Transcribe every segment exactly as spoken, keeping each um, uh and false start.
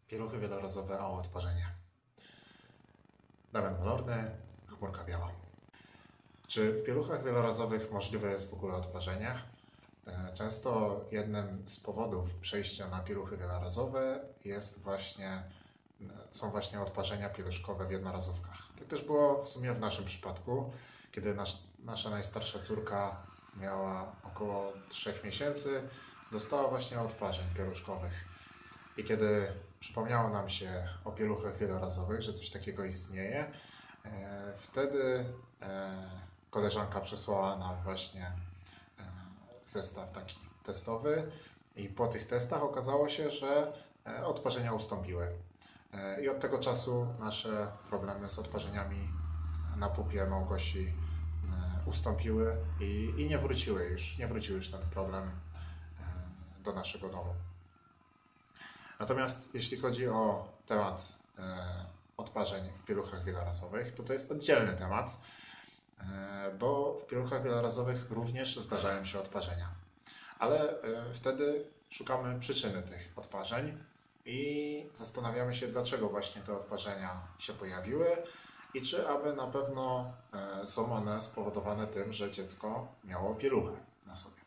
Pieluchy wielorazowe, a odparzenie. Damian Walorny, chmurka biała. Czy w pieluchach wielorazowych możliwe jest w ogóle odparzenie? Często jednym z powodów przejścia na pieluchy wielorazowe jest właśnie, są właśnie odparzenia pieluszkowe w jednorazówkach. Tak też było w sumie w naszym przypadku, kiedy nasz, nasza najstarsza córka miała około trzech miesięcy, dostała właśnie odparzeń pieluszkowych. I kiedy przypomniało nam się o pieluchach wielorazowych, że coś takiego istnieje, wtedy koleżanka przesłała nam właśnie zestaw taki testowy i po tych testach okazało się, że odparzenia ustąpiły. I od tego czasu nasze problemy z odparzeniami na pupie Małgosi ustąpiły i, i nie wróciły już, nie wrócił już ten problem do naszego domu. Natomiast jeśli chodzi o temat odparzeń w pieluchach wielorazowych, to to jest oddzielny temat, bo w pieluchach wielorazowych również zdarzają się odparzenia. Ale wtedy szukamy przyczyny tych odparzeń i zastanawiamy się, dlaczego właśnie te odparzenia się pojawiły i czy aby na pewno są one spowodowane tym, że dziecko miało pieluchę na sobie.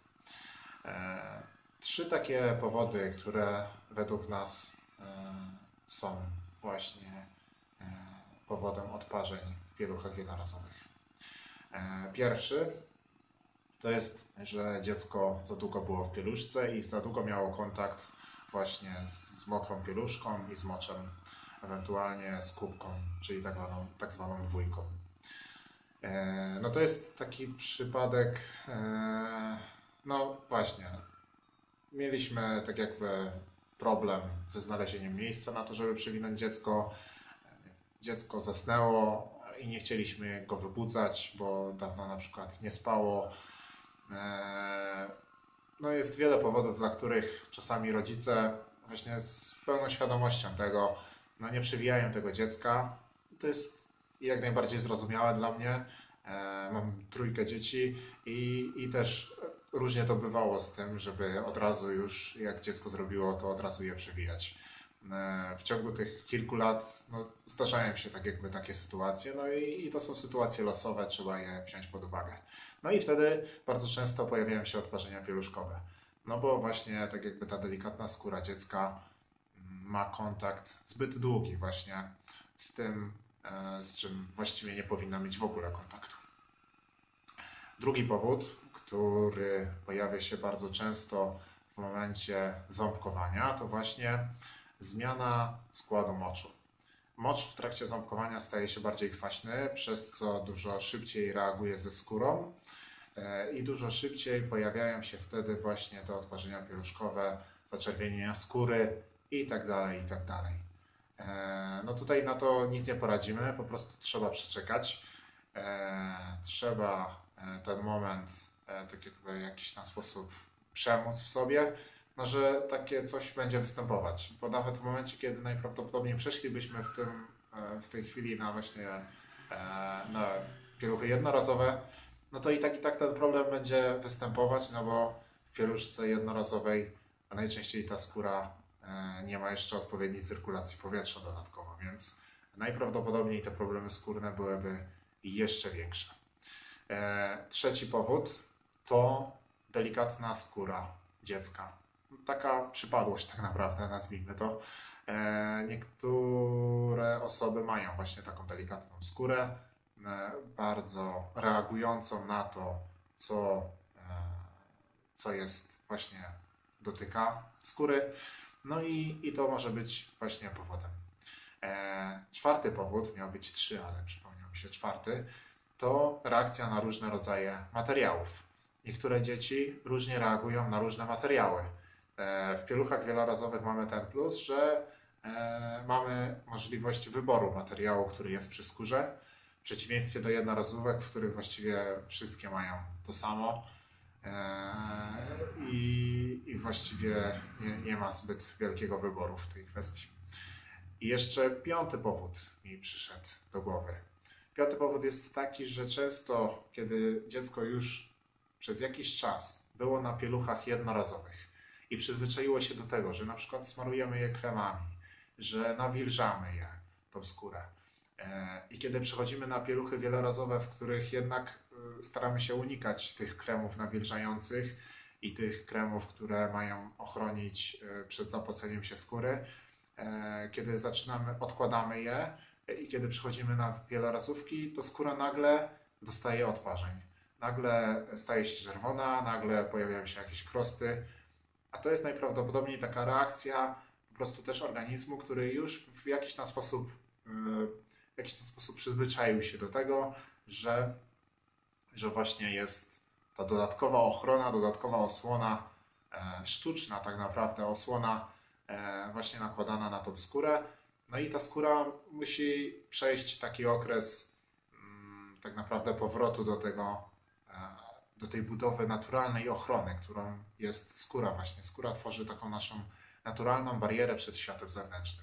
Trzy takie powody, które według nas są właśnie powodem odparzeń w pieluchach wielorazowych. Pierwszy to jest, że dziecko za długo było w pieluszce i za długo miało kontakt właśnie z mokrą pieluszką i z moczem, ewentualnie z kubką, czyli tak zwaną, tak zwaną dwójką. No to jest taki przypadek, no właśnie, mieliśmy tak jakby problem ze znalezieniem miejsca na to, żeby przywinąć dziecko. Dziecko zasnęło i nie chcieliśmy go wybudzać, bo dawno na przykład nie spało. No jest wiele powodów, dla których czasami rodzice właśnie z pełną świadomością tego, no nie przywijają tego dziecka. To jest jak najbardziej zrozumiałe dla mnie. Mam trójkę dzieci i, i też różnie to bywało z tym, żeby od razu już jak dziecko zrobiło, to od razu je przewijać. W ciągu tych kilku lat no, zdarzają się tak jakby takie sytuacje, no i, i to są sytuacje losowe, trzeba je wziąć pod uwagę. No i wtedy bardzo często pojawiają się odparzenia pieluszkowe, no bo właśnie tak jakby ta delikatna skóra dziecka ma kontakt zbyt długi właśnie z tym, z czym właściwie nie powinna mieć w ogóle kontaktu. Drugi powód, który pojawia się bardzo często w momencie ząbkowania, to właśnie zmiana składu moczu. Mocz w trakcie ząbkowania staje się bardziej kwaśny, przez co dużo szybciej reaguje ze skórą i dużo szybciej pojawiają się wtedy właśnie te odparzenia pieluszkowe, zaczerwienienia skóry itd., itd. No tutaj na to nic nie poradzimy, po prostu trzeba przeczekać. Trzeba ten moment tak jakby w jakiś tam sposób przemóc w sobie, no, że takie coś będzie występować. Bo nawet w momencie, kiedy najprawdopodobniej przeszlibyśmy w, tym, w tej chwili na właśnie na pieluchy jednorazowe, no to i tak i tak ten problem będzie występować, no bo w pieluszce jednorazowej najczęściej ta skóra nie ma jeszcze odpowiedniej cyrkulacji powietrza dodatkowo, więc najprawdopodobniej te problemy skórne byłyby jeszcze większe. Trzeci powód to delikatna skóra dziecka. Taka przypadłość tak naprawdę, nazwijmy to. Niektóre osoby mają właśnie taką delikatną skórę, bardzo reagującą na to, co, co jest właśnie dotyka skóry. No i, i to może być właśnie powodem. Czwarty powód, miał być trzy, ale przypomniał mi się czwarty, to reakcja na różne rodzaje materiałów. Niektóre dzieci różnie reagują na różne materiały. W pieluchach wielorazowych mamy ten plus, że mamy możliwość wyboru materiału, który jest przy skórze, w przeciwieństwie do jednorazówek, w których właściwie wszystkie mają to samo i, i właściwie nie, nie ma zbyt wielkiego wyboru w tej kwestii. I jeszcze piąty powód mi przyszedł do głowy. Piąty powód jest taki, że często, kiedy dziecko już przez jakiś czas było na pieluchach jednorazowych i przyzwyczaiło się do tego, że na przykład smarujemy je kremami, że nawilżamy je, tą skórę. I kiedy przechodzimy na pieluchy wielorazowe, w których jednak staramy się unikać tych kremów nawilżających i tych kremów, które mają ochronić przed zapoceniem się skóry, kiedy zaczynamy, odkładamy je i kiedy przechodzimy na wielorazówki, to skóra nagle dostaje odparzeń. Nagle staje się czerwona, nagle pojawiają się jakieś krosty, a to jest najprawdopodobniej taka reakcja po prostu też organizmu, który już w jakiś tam sposób, w jakiś tam sposób przyzwyczaił się do tego, że, że właśnie jest ta dodatkowa ochrona, dodatkowa osłona, sztuczna tak naprawdę osłona właśnie nakładana na tą skórę. No i ta skóra musi przejść taki okres tak naprawdę powrotu do tego, do tej budowy naturalnej ochrony, którą jest skóra właśnie. Skóra tworzy taką naszą naturalną barierę przed światem zewnętrznym.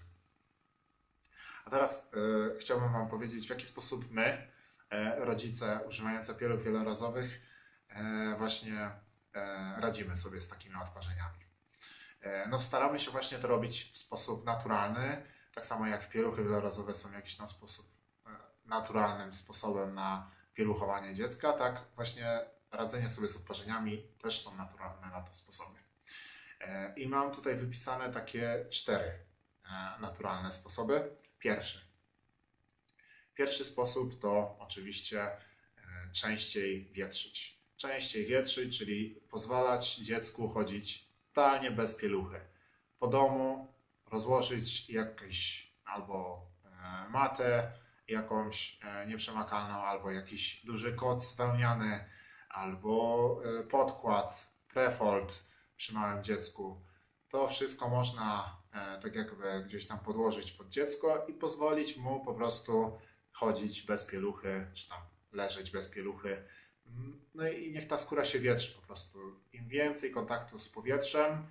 A teraz y, chciałbym Wam powiedzieć, w jaki sposób my, y, rodzice używający pieluch wielorazowych, y, właśnie y, radzimy sobie z takimi odparzeniami. Y, no staramy się właśnie to robić w sposób naturalny, tak samo jak pieluchy wielorazowe są w jakiś tam sposób y, naturalnym sposobem na pieluchowanie dziecka, tak właśnie radzenie sobie z odparzeniami też są naturalne na to sposoby. I mam tutaj wypisane takie cztery naturalne sposoby. Pierwszy. Pierwszy sposób to oczywiście częściej wietrzyć. Częściej wietrzyć, czyli pozwalać dziecku chodzić totalnie bez pieluchy. Po domu rozłożyć jakąś albo matę, jakąś nieprzemakalną, albo jakiś duży koc wełniany, albo podkład, prefold przy małym dziecku. To wszystko można tak jakby gdzieś tam podłożyć pod dziecko i pozwolić mu po prostu chodzić bez pieluchy, czy tam leżeć bez pieluchy. No i niech ta skóra się wietrzy po prostu. Im więcej kontaktu z powietrzem,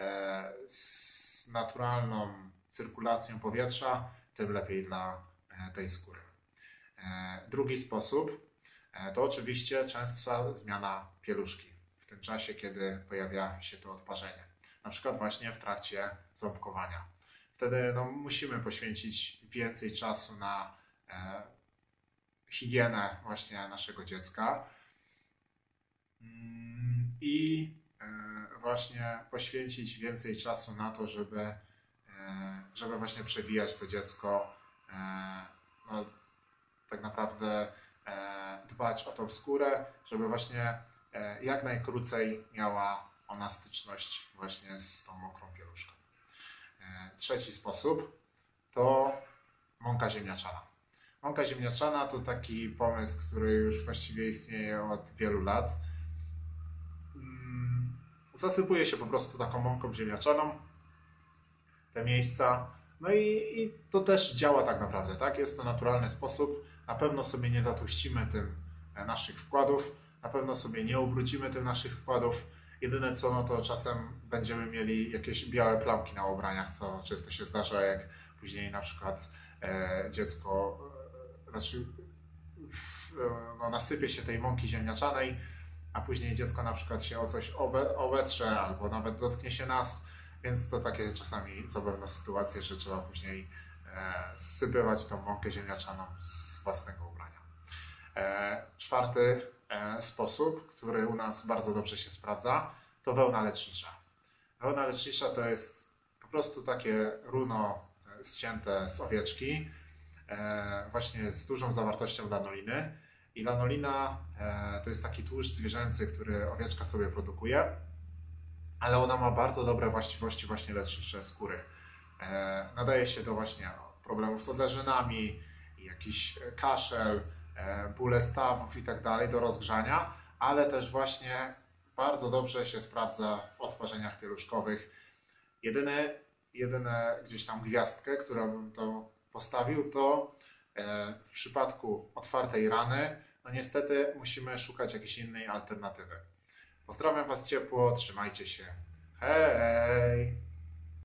z naturalną cyrkulacją powietrza, tym lepiej dla tej skóry. Drugi sposób to oczywiście częstsza zmiana pieluszki w tym czasie, kiedy pojawia się to odparzenie. Na przykład właśnie w trakcie ząbkowania. Wtedy no, musimy poświęcić więcej czasu na e, higienę właśnie naszego dziecka i e, właśnie poświęcić więcej czasu na to, żeby, e, żeby właśnie przewijać to dziecko, e, no, tak naprawdę e, dbać o tą skórę, żeby właśnie e, jak najkrócej miała ona styczność właśnie z tą mokrą pieluszką. E, trzeci sposób to mąka ziemniaczana. Mąka ziemniaczana to taki pomysł, który już właściwie istnieje od wielu lat. Zasypuje się po prostu taką mąką ziemniaczaną te miejsca. No i, i to też działa tak naprawdę, tak? Jest to naturalny sposób. Na pewno sobie nie zatłuścimy tym naszych wkładów, na pewno sobie nie ubrudzimy tym naszych wkładów. Jedyne co, no to czasem będziemy mieli jakieś białe plamki na ubraniach, co często się zdarza, jak później na przykład e, dziecko, e, znaczy e, no, nasypie się tej mąki ziemniaczanej, a później dziecko na przykład się o coś obe, obetrze albo nawet dotknie się nas, więc to takie czasami zabawne sytuacje, że trzeba później e, zsypywać tą mąkę ziemniaczaną z własnego ubrania. E, czwarty e, sposób, który u nas bardzo dobrze się sprawdza, to wełna lecznicza. Wełna lecznicza to jest po prostu takie runo ścięte z owieczki, e, właśnie z dużą zawartością lanoliny. I lanolina e, to jest taki tłuszcz zwierzęcy, który owieczka sobie produkuje, ale ona ma bardzo dobre właściwości właśnie lecznicze skóry. E, nadaje się do właśnie problemów z odleżynami, jakiś kaszel, e, bóle stawów i tak dalej, do rozgrzania, ale też właśnie bardzo dobrze się sprawdza w odparzeniach pieluszkowych. Jedyne, jedyne gdzieś tam gwiazdkę, którą bym to postawił, to e, w przypadku otwartej rany, no niestety musimy szukać jakiejś innej alternatywy. Pozdrawiam Was ciepło, trzymajcie się. Hej!